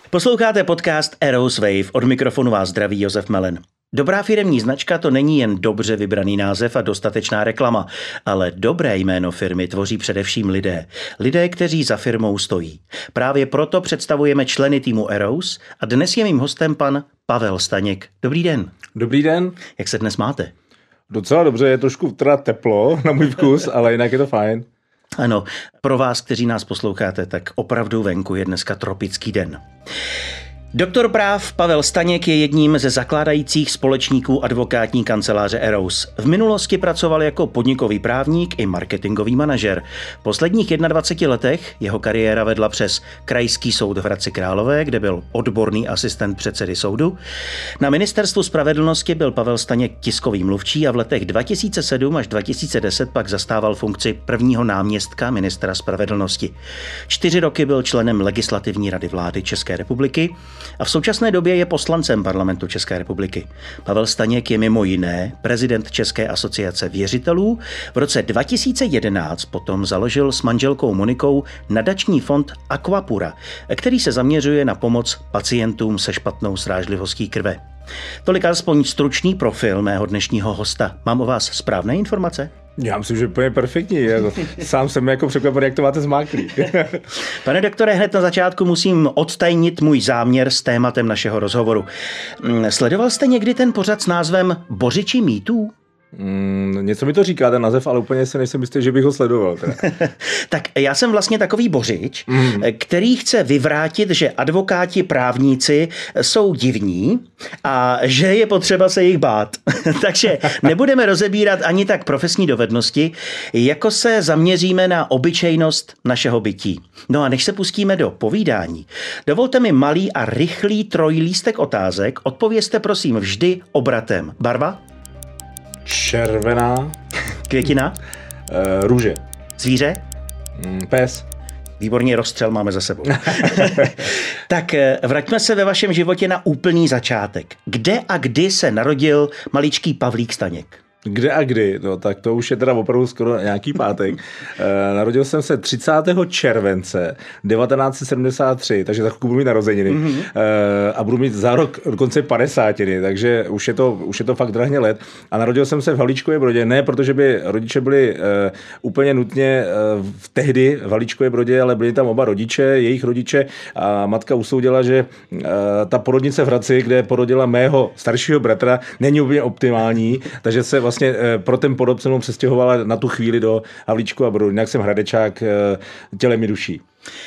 Posloucháte podcast Eros Wave, od mikrofonu vás zdraví Josef Melen. Dobrá firemní značka to není jen dobře vybraný název a dostatečná reklama, ale dobré jméno firmy tvoří především lidé. Lidé, kteří za firmou stojí. Právě proto představujeme členy týmu Eros a dnes je mým hostem pan Pavel Staněk. Dobrý den. Dobrý den. Jak se dnes máte? Docela dobře, je trošku teda teplo na můj vkus, ale jinak je to fajn. Ano, pro vás, kteří nás posloucháte, tak opravdu venku je dneska tropický den. Doktor práv Pavel Staněk je jedním ze zakládajících společníků advokátní kanceláře Eros. V minulosti pracoval jako podnikový právník i marketingový manažer. V posledních 21 letech jeho kariéra vedla přes Krajský soud v Hradci Králové, kde byl odborný asistent předsedy soudu. Na ministerstvu spravedlnosti byl Pavel Staněk tiskový mluvčí a v letech 2007 až 2010 pak zastával funkci prvního náměstka ministra spravedlnosti. 4 roky byl členem Legislativní rady vlády České republiky a v současné době je poslancem Parlamentu České republiky. Pavel Staněk je mimo jiné prezident České asociace věřitelů. V roce 2011 potom založil s manželkou Monikou nadační fond Aquapura, který se zaměřuje na pomoc pacientům se špatnou srážlivostí krve. Tolik alespoň stručný profil mého dnešního hosta. Mám o vás správné informace? Já myslím, že úplně perfektní. Sám jsem jako překvapený, jak to máte zmáklý. Pane doktore, hned na začátku musím odtajnit můj záměr s tématem našeho rozhovoru. Sledoval jste někdy ten pořad s názvem Bořiči mýtů? Něco mi to říká ten název, ale úplně si nejsem jistý, že bych ho sledoval. Tak já jsem vlastně takový bořič, který chce vyvrátit, že advokáti, právníci jsou divní a že je potřeba se jich bát. Takže nebudeme rozebírat ani tak profesní dovednosti, jako se zaměříme na obyčejnost našeho bytí. No a než se pustíme do povídání, dovolte mi malý a rychlý trojlístek otázek. Odpovězte prosím vždy obratem. Barva? Červená. Květina? Růže. Zvíře? Pes. Výborně, rozstřel máme za sebou. Tak vraťme se ve vašem životě na úplný začátek. Kde a kdy se narodil maličký Pavlík Staněk? Kde a kdy? No, tak to už je teda opravdu skoro nějaký pátek. Narodil jsem se 30. července 1973, takže za chvilku budu mít narozeniny. A budu mít za rok dokonce 50, takže už je to fakt drahně let. A narodil jsem se v Havlíčkově Brodě, ne protože by rodiče byli úplně nutně tehdy v Havlíčkově Brodě, ale byli tam oba rodiče, jejich rodiče, a matka usoudila, že ta porodnice v Hradci, kde porodila mého staršího bratra, není úplně optimální, takže se vlastně pro ten porod se mnou přestěhovala na tu chvíli do Havlíčkova Brodu. Jinak jsem Hradečák tělem i duší.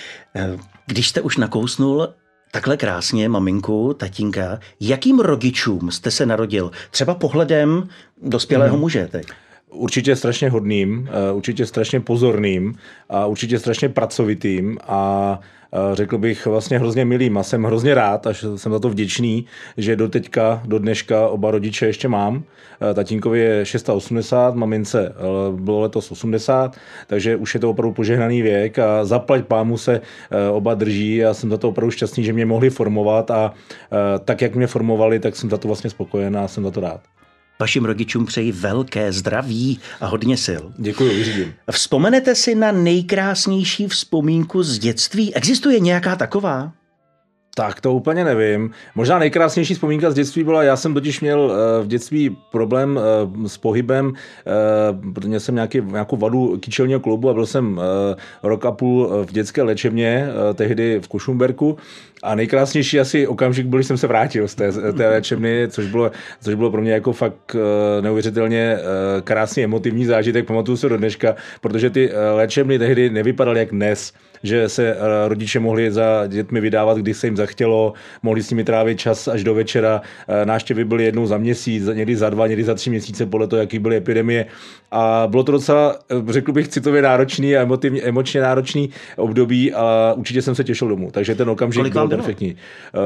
Když jste už nakousnul takhle krásně maminku, tatínka, jakým rodičům jste se narodil? Třeba pohledem dospělého muže teď. Určitě strašně hodným, určitě strašně pozorným a určitě strašně pracovitým a řekl bych vlastně hrozně milým a jsem hrozně rád a jsem za to vděčný, že do dneška oba rodiče ještě mám. Tatínkovi je 680, mamince bylo letos 80, takže už je to opravdu požehnaný věk a zaplať pámu se oba drží a jsem za to opravdu šťastný, že mě mohli formovat a tak, jak mě formovali, tak jsem za to vlastně spokojen a jsem za to rád. Vašim rodičům přeji velké zdraví a hodně sil. Děkuji, vyřídím. Vzpomenete si na nejkrásnější vzpomínku z dětství? Existuje nějaká taková? Tak to úplně nevím. Možná nejkrásnější vzpomínka z dětství byla, já jsem totiž měl v dětství problém s pohybem, protože měl jsem nějakou vadu kyčelního kloubu a byl jsem rok a půl v dětské léčebně, tehdy v Košumberku. A nejkrásnější asi okamžik byl, když jsem se vrátil z té léčebny, což bylo pro mě jako fakt neuvěřitelně krásný emotivní zážitek, pamatuju se do dneška, protože ty léčebny tehdy nevypadaly jak dnes, že se rodiče mohli za dětmi vydávat, když se jim zachtělo, mohli s nimi trávit čas až do večera, návštěvy byly jednou za měsíc, někdy za 2, někdy za 3 měsíce, podle toho, jaký byly epidemie. A bylo to docela, řekl bych, citově náročný a emočně náročný období a určitě jsem se těšil domů. Takže ten okamžik byl perfektní.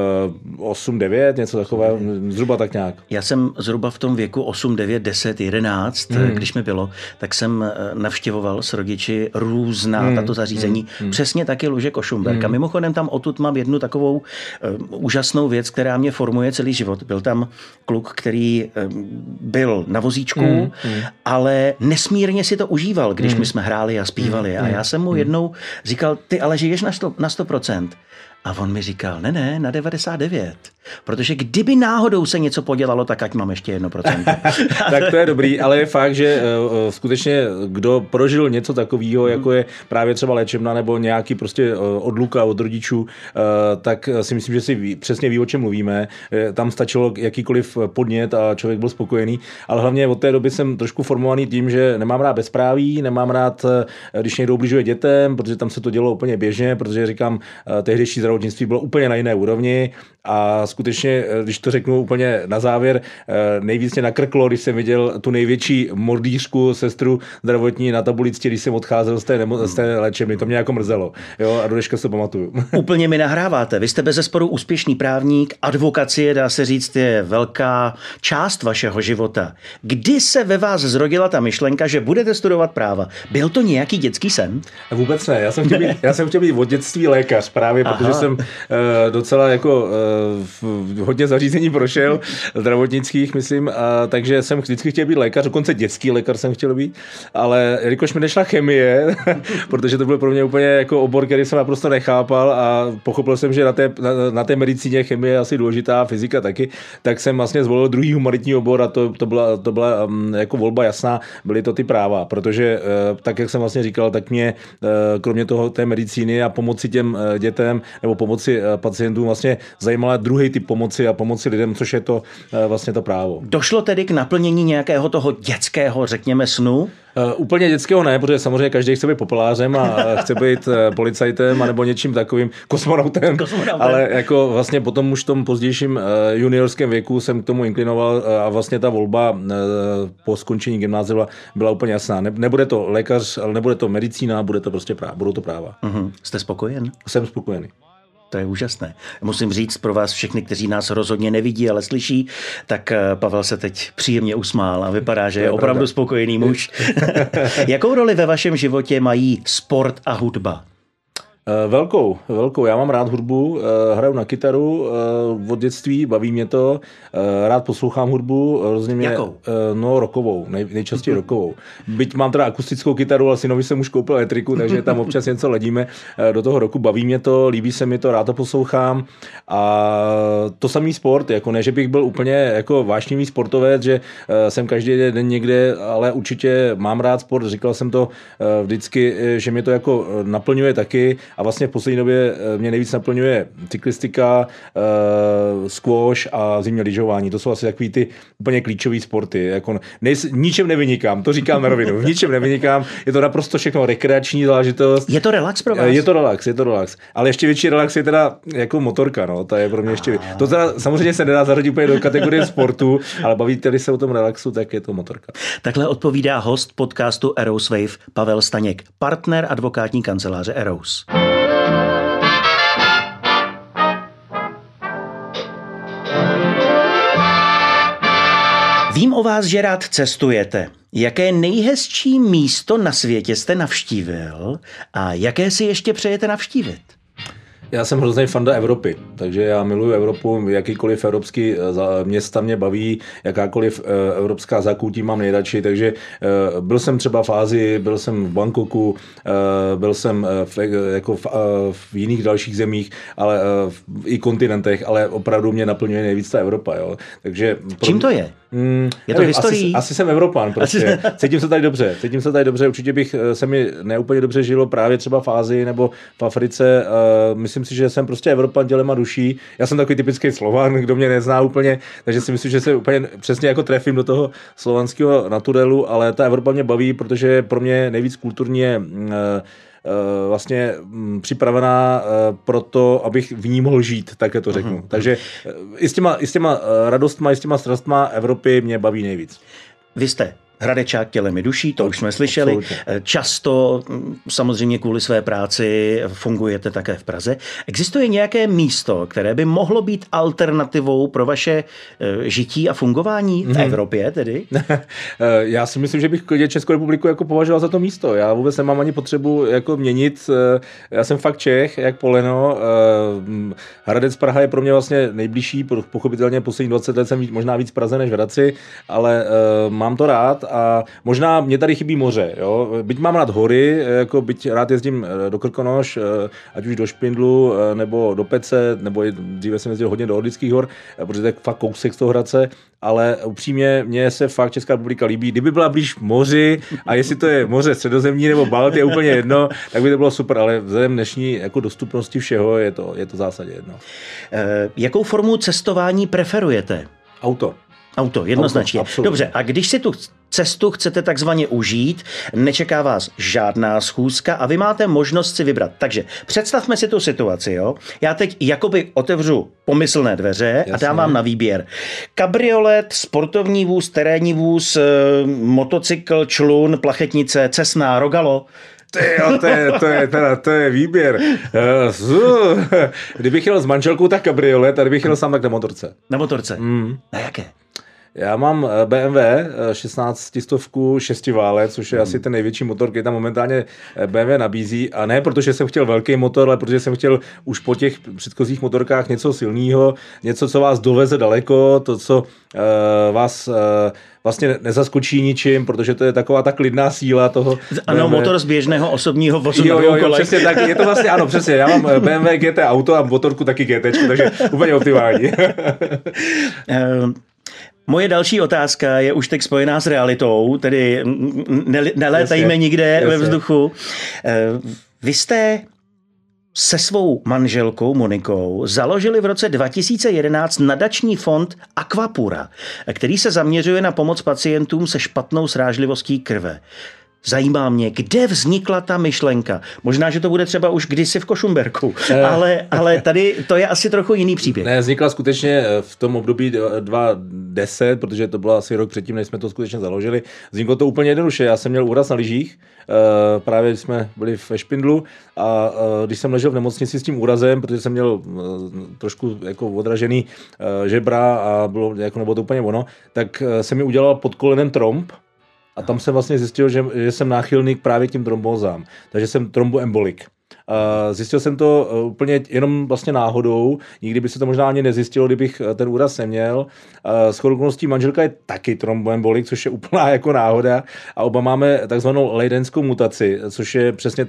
8, 9, něco takového, zhruba tak nějak. Já jsem zhruba v tom věku 8, 9, 10, 11, když mi bylo, tak jsem navštěvoval s rodiči různá tato zařízení. Přesně taky Luže Košumberka. Mimochodem tam odtud mám jednu takovou úžasnou věc, která mě formuje celý život. Byl tam kluk, který byl na vozíčku, ale nesmírně si to užíval, když my jsme hráli a zpívali. A já jsem mu jednou říkal, ty ale žiješ na 100%. A on mi říkal, ne, na 99. Protože kdyby náhodou se něco podělalo, tak ať mám ještě 1%. Tak to je dobrý, ale je fakt, že skutečně kdo prožil něco takového, jako je právě třeba léčebna nebo nějaký prostě odluka od rodičů, tak si myslím, že si přesně ví, o čem mluvíme. Tam stačilo jakýkoliv podnět a člověk byl spokojený, ale hlavně od té doby jsem trošku formovaný tím, že nemám rád bezpráví, nemám rád, když někdo ubližuje dětem, protože tam se to dělo úplně běžně, protože říkám, tehdejší zdravotnictví bylo úplně na jiné úrovni a skutečně, když to řeknu úplně na závěr, nejvíc mě nakrklo, když jsem viděl tu největší mordýřku, sestru zdravotní na tabulici, když jsem odcházel z té léčebny. To mě jako mrzelo. Jo, a do dneška se pamatuju. Úplně mi nahráváte. Vy jste bezesporu úspěšný právník, advokacie, dá se říct, je velká část vašeho života. Kdy se ve vás zrodila ta myšlenka, že budete studovat práva? Byl to nějaký dětský sen? Vůbec ne. Já jsem chtěl být od dětství lékař právě, protože jsem docela jako hodně zařízení prošel, zdravotnických, myslím, takže jsem vždycky chtěl být lékař, dokonce dětský lékař jsem chtěl být, ale jelikož mi nešla chemie, protože to byl pro mě úplně jako obor, který jsem naprosto nechápal a pochopil jsem, že na té medicíně chemie je asi důležitá, fyzika taky, tak jsem vlastně zvolil druhý humanitní obor a to byla jako volba jasná, byly to ty práva, protože tak, jak jsem vlastně říkal, tak mě kromě toho té medicíny a pomoci těm dětem nebo pomoci pacientům vlastně zajímala druhý typ pomoci a pomoci lidem, což je to vlastně to právo. Došlo tedy k naplnění nějakého toho dětského, řekněme, snu? Úplně dětského ne, protože samozřejmě každý chce být populářem a chce být policajtem anebo něčím takovým kosmonautem. Ale jako vlastně potom už v tom pozdějším juniorském věku jsem k tomu inklinoval a vlastně ta volba po skončení gymnázia byla úplně jasná. Nebude to lékař, ale nebude to medicína, bude to prostě budou to práva. Jste spokojen? Jsem spokojený. To je úžasné. Musím říct pro vás všechny, kteří nás rozhodně nevidí, ale slyší, tak Pavel se teď příjemně usmál a vypadá, že je opravdu spokojený muž. Jakou roli ve vašem životě mají sport a hudba? Velkou. Já mám rád hudbu, hraju na kytaru od dětství, baví mě to, rád poslouchám hudbu. Jakou? No, rockovou, nejčastěji rockovou. Byť mám teda akustickou kytaru, ale synovi jsem už koupil elektriku, takže tam občas něco ledíme do toho roku, baví mě to, líbí se mi to, rád to poslouchám a to samý sport, jako ne, že bych byl úplně jako vášnivý sportovec, že jsem každý den někde, ale určitě mám rád sport, říkal jsem to vždycky, že mě to jako naplňuje taky. A vlastně v poslední době mě nejvíc naplňuje cyklistika, squash a zimní lyžování. To jsou asi takový ty úplně klíčové sporty. Jako ničem nevynikám, to říkám na rovinu. V ničem nevynikám, je to naprosto všechno rekreační záležitost. Je to relax pro vás? Je to relax. Ale ještě větší relax je teda jako motorka, no. To je pro mě ještě. To teda samozřejmě se nedá zařadit úplně do kategorie sportu, ale bavíte-li se o tom relaxu, tak je to motorka. Takhle odpovídá host podcastu Eros Wave Pavel Staněk, partner advokátní kanceláře Eros. Vím o vás, že rád cestujete. Jaké nejhezčí místo na světě jste navštívil a jaké si ještě přejete navštívit? Já jsem hrozný fanda Evropy, takže já miluji Evropu, jakýkoliv evropský města mě baví, jakákoliv evropská zákoutí mám nejradši, byl jsem třeba v Ázii, byl jsem v Bangkoku, byl jsem v jiných dalších zemích, ale i kontinentech, ale opravdu mě naplňuje nejvíc ta Evropa. Jo. Takže čím to je? Je to historií? Asi jsem Evropan, prostě. Cítím se tady dobře, určitě bych se mi neúplně dobře žilo právě třeba v Ázii nebo v Africe. Myslím si, že jsem prostě Evropan tělem a duší. Já jsem takový typický Slovan, kdo mě nezná úplně, takže si myslím, že se úplně přesně jako trefím do toho slovanského naturelu, ale ta Evropa mě baví, protože pro mě nejvíc kulturní je vlastně připravená pro to, abych v ní mohl žít, tak to řeknu. Takže i s těma radostma, i s těma strastma Evropy mě baví nejvíc. Vy jste Hradečák tělem i duší, to už jsme slyšeli. Absolutně. Často, samozřejmě kvůli své práci, fungujete také v Praze. Existuje nějaké místo, které by mohlo být alternativou pro vaše žití a fungování v Evropě tedy? Já si myslím, že bych Českou republiku jako považoval za to místo. Já vůbec nemám ani potřebu jako měnit. Já jsem fakt Čech, jak poleno. Hradec Praha je pro mě vlastně nejbližší, pochopitelně poslední 20 let jsem možná víc v Praze než v Hradci, ale mám to rád a možná mě tady chybí moře. Jo? Byť mám rád hory, jako byť rád jezdím do Krkonoš, ať už do Špindlu, nebo do Pece, nebo dříve jsem jezdil hodně do Orlických hor, protože to je fakt kousek z toho Hradce, ale upřímně mně se fakt Česká republika líbí. Kdyby byla blíž moři a jestli to je moře Středozemní nebo Balt, je úplně jedno, tak by to bylo super, ale vzhledem dnešní jako dostupnosti všeho je to v zásadě jedno. Jakou formu cestování preferujete? Auto, jednoznačně. Auto, dobře, a když si tu cestu chcete takzvaně užít, nečeká vás žádná schůzka a vy máte možnost si vybrat. Takže představme si tu situaci, jo. Já teď jakoby otevřu pomyslné dveře a dám vám na výběr. Kabriolet, sportovní vůz, terénní vůz, motocykl, člun, plachetnice, Cessna, Rogalo. To je výběr. Kdybych jel s manželkou, tak kabriolet, a kdybych jel sám, tak na motorce. Na motorce? Na jaké? Já mám BMW 16 stovku 6válec, což je asi ten největší motor, který tam momentálně BMW nabízí. A ne protože jsem chtěl velký motor, ale protože jsem chtěl už po těch předchozích motorkách něco silného, něco, co vás doveze daleko, to, co vás vlastně nezaskočí ničím, protože to je taková ta klidná síla toho. Ano, BMW. Motor z běžného osobního vozu na dvou kolech. Přesně tak, je to vlastně, ano, přesně. Já mám BMW GT auto a motorku taky GT, takže úplně optimální. Moje další otázka je už teď spojená s realitou, tedy nelétajme nikde ve vzduchu. Vy jste se svou manželkou Monikou založili v roce 2011 nadační fond Aquapura, který se zaměřuje na pomoc pacientům se špatnou srážlivostí krve. Zajímá mě, kde vznikla ta myšlenka. Možná, že to bude třeba už kdysi v Košumberku, ale tady to je asi trochu jiný příběh. Ne, vznikla skutečně v tom období 2010, protože to bylo asi rok předtím, než jsme to skutečně založili. Vzniklo to úplně jednoduše. Já jsem měl úraz na lyžích, právě když jsme byli ve Špindlu a když jsem ležel v nemocnici s tím úrazem, protože jsem měl trošku jako odražený žebra a bylo, jako nebylo to úplně ono, tak se mi udělal pod kolenem tromb. A tam jsem vlastně zjistil, že jsem náchylný právě k tím trombózám. Takže jsem tromboembolik. Zjistil jsem to úplně jenom vlastně náhodou. Nikdy by se to možná ani nezjistilo, kdybych ten úraz neměl. Shodou okolností manželka je taky tromboembolik, což je úplná jako náhoda. A oba máme takzvanou lejdenskou mutaci, což je přesně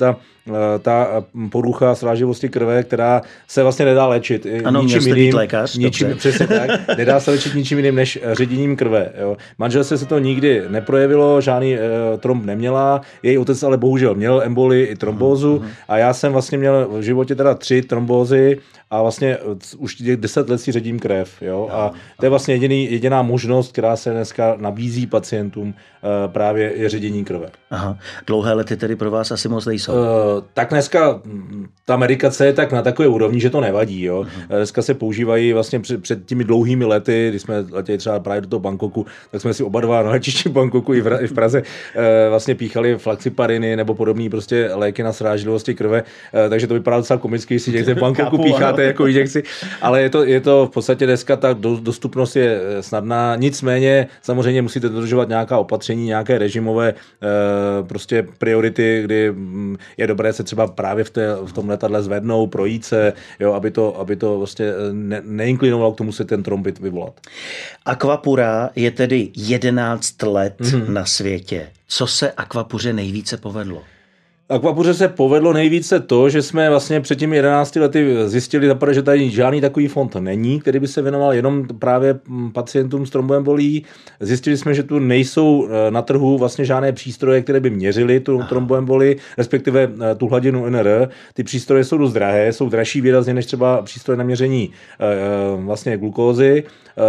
ta porucha srážlivosti krve, která se vlastně nedá léčit. Ano, ničím měl jiným, lékař. Přesně tak. Nedá se léčit ničím jiným než ředěním krve. Jo. Manželce se to nikdy neprojevilo, žádný tromb neměla. Její otec ale bohužel měl emboli i trombózu a já jsem vlastně měl v životě teda 3 trombózy a vlastně už 10 let si ředím krev. Jo? A to je vlastně jediná možnost, která se dneska nabízí pacientům, právě je ředění krve. Aha. Dlouhé lety tedy pro vás asi moc nejsou. Tak dneska ta medikace je tak na takové úrovni, že to nevadí. Jo? Dneska se používají vlastně před těmi dlouhými lety, když jsme letěli třeba právě do toho Bangkoku, tak jsme si oba dva na letišti Bangkoku i v Praze vlastně píchali flaxipariny nebo podobné prostě léky na srážlivosti krve, takže to vypadá docela komicky, když si někde v Bangkoku pícháte jako injekci, ale je to v podstatě dneska ta dostupnost je snadná, nicméně samozřejmě musíte dodržovat nějaká opatření, nějaké režimové prostě priority, kdy je dobré se třeba právě v tom letadle zvednout, projít se, jo, aby to vlastně neinklinovalo k tomu se ten trombit vyvolat. Aquapura je tedy 11 let na světě. Co se Aquapuře nejvíce povedlo? Aquapuře se povedlo nejvíce to, že jsme vlastně před těmi 11 lety zjistili zaprvé, že tady žádný takový fond není, který by se věnoval jenom právě pacientům s tromboembolí. Zjistili jsme, že tu nejsou na trhu vlastně žádné přístroje, které by měřily tu tromboembolii, respektive tu hladinu NR. Ty přístroje jsou dost drahé, jsou dražší výrazně než třeba přístroje na měření vlastně glukózy.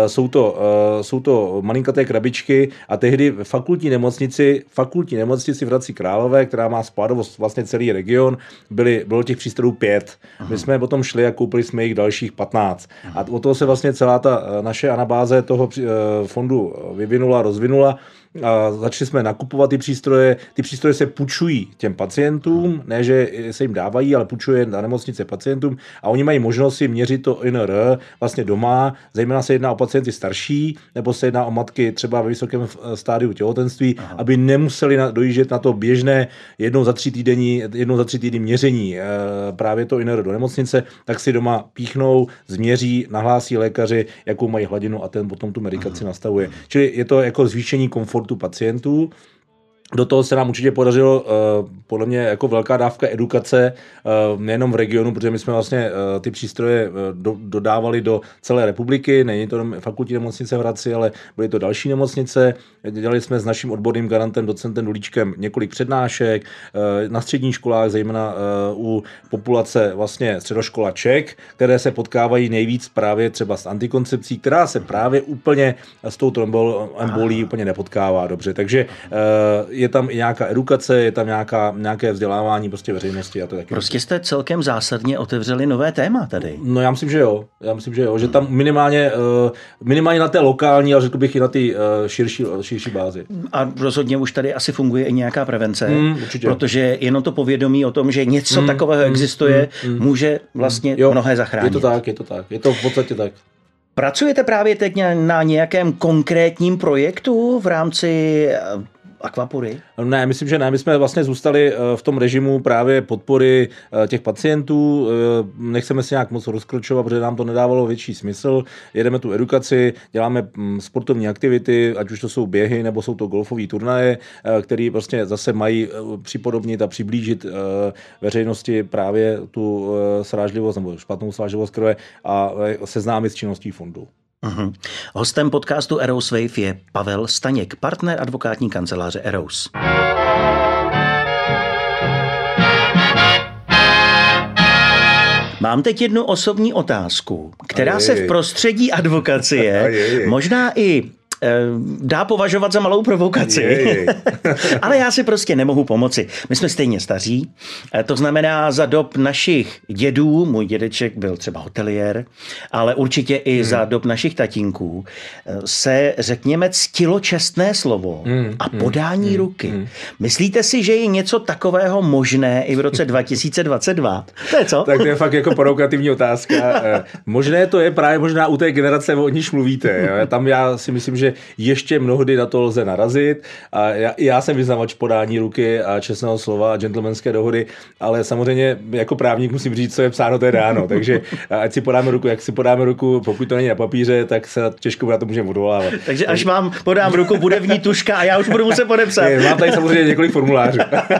Jsou to malinkaté krabičky a tehdy v fakultní nemocnici v Hradci Králové, která má spádovost vlastně celý region, bylo těch přístrojů 5. My jsme potom šli a koupili jsme jich dalších 15. A od toho se vlastně celá ta naše anabáze toho fondu vyvinula, rozvinula. A začali jsme nakupovat ty přístroje. Ty přístroje se půjčují těm pacientům, ne, že se jim dávají, ale půjčuje na nemocnice pacientům a oni mají možnost si měřit to NR vlastně doma. Zejména se jedná o pacienty starší, nebo se jedná o matky třeba ve vysokém stádiu těhotenství, aby nemuseli dojíždět na to běžné jednou za 3 týdny měření právě to NR do nemocnice, tak si doma píchnou, změří, nahlásí lékaři, jakou mají hladinu a ten potom tu medikaci nastavuje. Čili je to jako zvýšení komfortu komfortu pacientů. Do toho se nám určitě podařilo podle mě jako velká dávka edukace nejenom v regionu, protože my jsme vlastně ty přístroje dodávali do celé republiky, není to jenom fakultní nemocnice v Hradci, ale byly to další nemocnice. Dělali jsme s naším odborným garantem, docentem Dulíčkem několik přednášek na středních školách, zejména u populace vlastně středoškolaček, které se potkávají nejvíc právě třeba s antikoncepcí, která se právě úplně s tou tromboembolí úplně nepotkává dobře. Takže je tam i nějaká edukace, je tam nějaké vzdělávání prostě veřejnosti a to taky. Prostě jste celkem zásadně otevřeli nové téma tady. No já myslím, že jo, že tam minimálně na té lokální, ale řekl bych i na té širší bázi. A rozhodně už tady asi funguje i nějaká prevence, protože jenom to povědomí o tom, že něco takového existuje, může vlastně mnohé zachránit. Je to v podstatě tak. Pracujete právě teď na nějakém konkrétním projektu v rámci Aquapury? Ne, myslím, že ne. My jsme vlastně zůstali v tom režimu právě podpory těch pacientů. Nechceme se nějak moc rozkročovat, protože nám to nedávalo větší smysl. Jedeme tu edukaci, děláme sportovní aktivity, ať už to jsou běhy, nebo jsou to golfové turnaje, které prostě zase mají připodobnit a přiblížit veřejnosti právě tu srážlivost nebo špatnou srážlivost krve a seznámit s činností fondu. Uhum. Hostem podcastu Eros Wave je Pavel Staněk, partner advokátní kanceláře Eros. Mám teď jednu osobní otázku, která se v prostředí advokacie možná i dá považovat za malou provokaci, ale já si prostě nemohu pomoci. My jsme stejně staří, to znamená za dob našich dědů, můj dědeček byl třeba hoteliér, ale určitě i za dob našich tatínků se, řekněme, ctilo čestné slovo a podání ruky. Myslíte si, že je něco takového možné i v roce 2022? To je co? Tak to je fakt jako provokativní otázka. Možné to je právě možná u té generace, o níž mluvíte. Tam já si myslím, že ještě mnohdy na to lze narazit. A já jsem vyznavač podání ruky a čestného slova a gentlemanské dohody, ale samozřejmě jako právník musím říct, co je psáno, to je dáno. Takže ať si podáme ruku, jak si podáme ruku, pokud to není na papíře, tak se těžko na to můžeme odvolávat. Takže až vám podám ruku, bude v ní tuška a já už budu muset podepsat. Mám tady samozřejmě několik formulářů.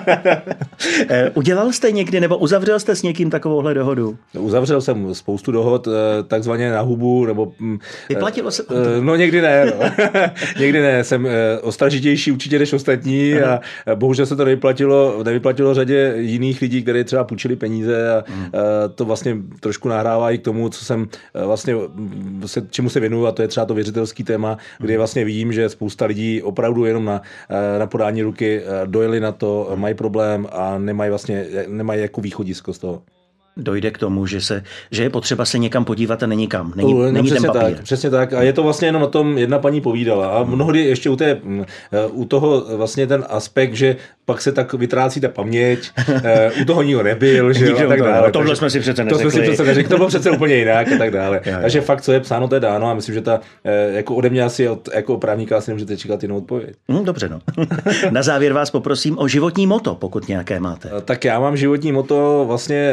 Udělal jste někdy nebo uzavřel jste s někým takovouhle dohodu? Uzavřel jsem spoustu dohod, takzvaně na hubu, nebo... Vyplatilo se? No někdy ne. No. Někdy ne. Jsem ostražitější určitě než ostatní a bohužel se to nevyplatilo řadě jiných lidí, kteří třeba půjčili peníze a to vlastně trošku nahrává i k tomu, co jsem vlastně čemu se věnuju, a to je třeba to věřitelský téma, kdy vlastně vidím, že spousta lidí opravdu jenom na podání ruky dojeli na to, mají problém a nemají jako východisko z toho. Dojde k tomu, že je potřeba se někam podívat a není kam. Není ten papír. Přesně tak. A je to vlastně jenom o tom, jedna paní povídala. A mnohdy ještě u toho vlastně ten aspekt, že pak se tak vytrácí ta paměť, u toho nikdo nebyl, že jo, a tak dále. Tohle jsme si přece neřekli. To bylo přece úplně jinak a tak dále. Takže fakt, co je psáno, to je dáno a myslím, že jako ode mě asi jako právníka asi nemůžete čekat jinou odpověď. Dobře, no. Na závěr vás poprosím o životní motto, pokud nějaké máte. Tak já mám životní motto vlastně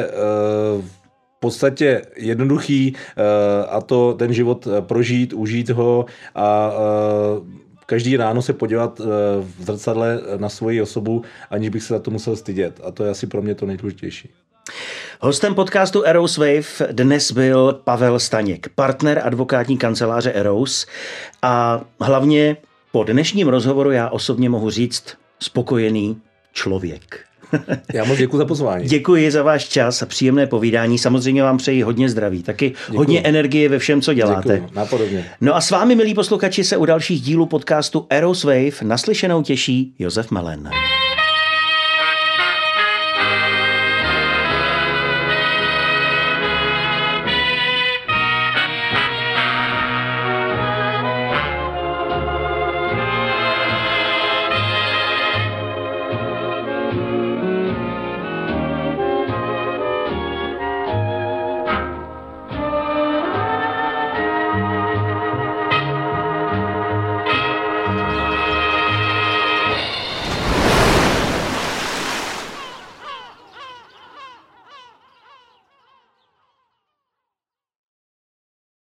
v podstatě jednoduchý, a to ten život prožít, užít ho a každý ráno se podívat v zrcadle na svoji osobu, aniž bych se za to musel stydět. A to je asi pro mě to nejdůležitější. Hostem podcastu Eros Wave dnes byl Pavel Staněk, partner advokátní kanceláře Eros a hlavně po dnešním rozhovoru já osobně mohu říct spokojený člověk. Já moc děkuji za pozvání. Děkuji za váš čas a příjemné povídání. Samozřejmě vám přeji hodně zdraví, taky hodně energie ve všem, co děláte. Děkuji, napodobně. No a s vámi, milí posluchači, se u dalších dílů podcastu Eros Wave naslyšenou těší Josef Malen.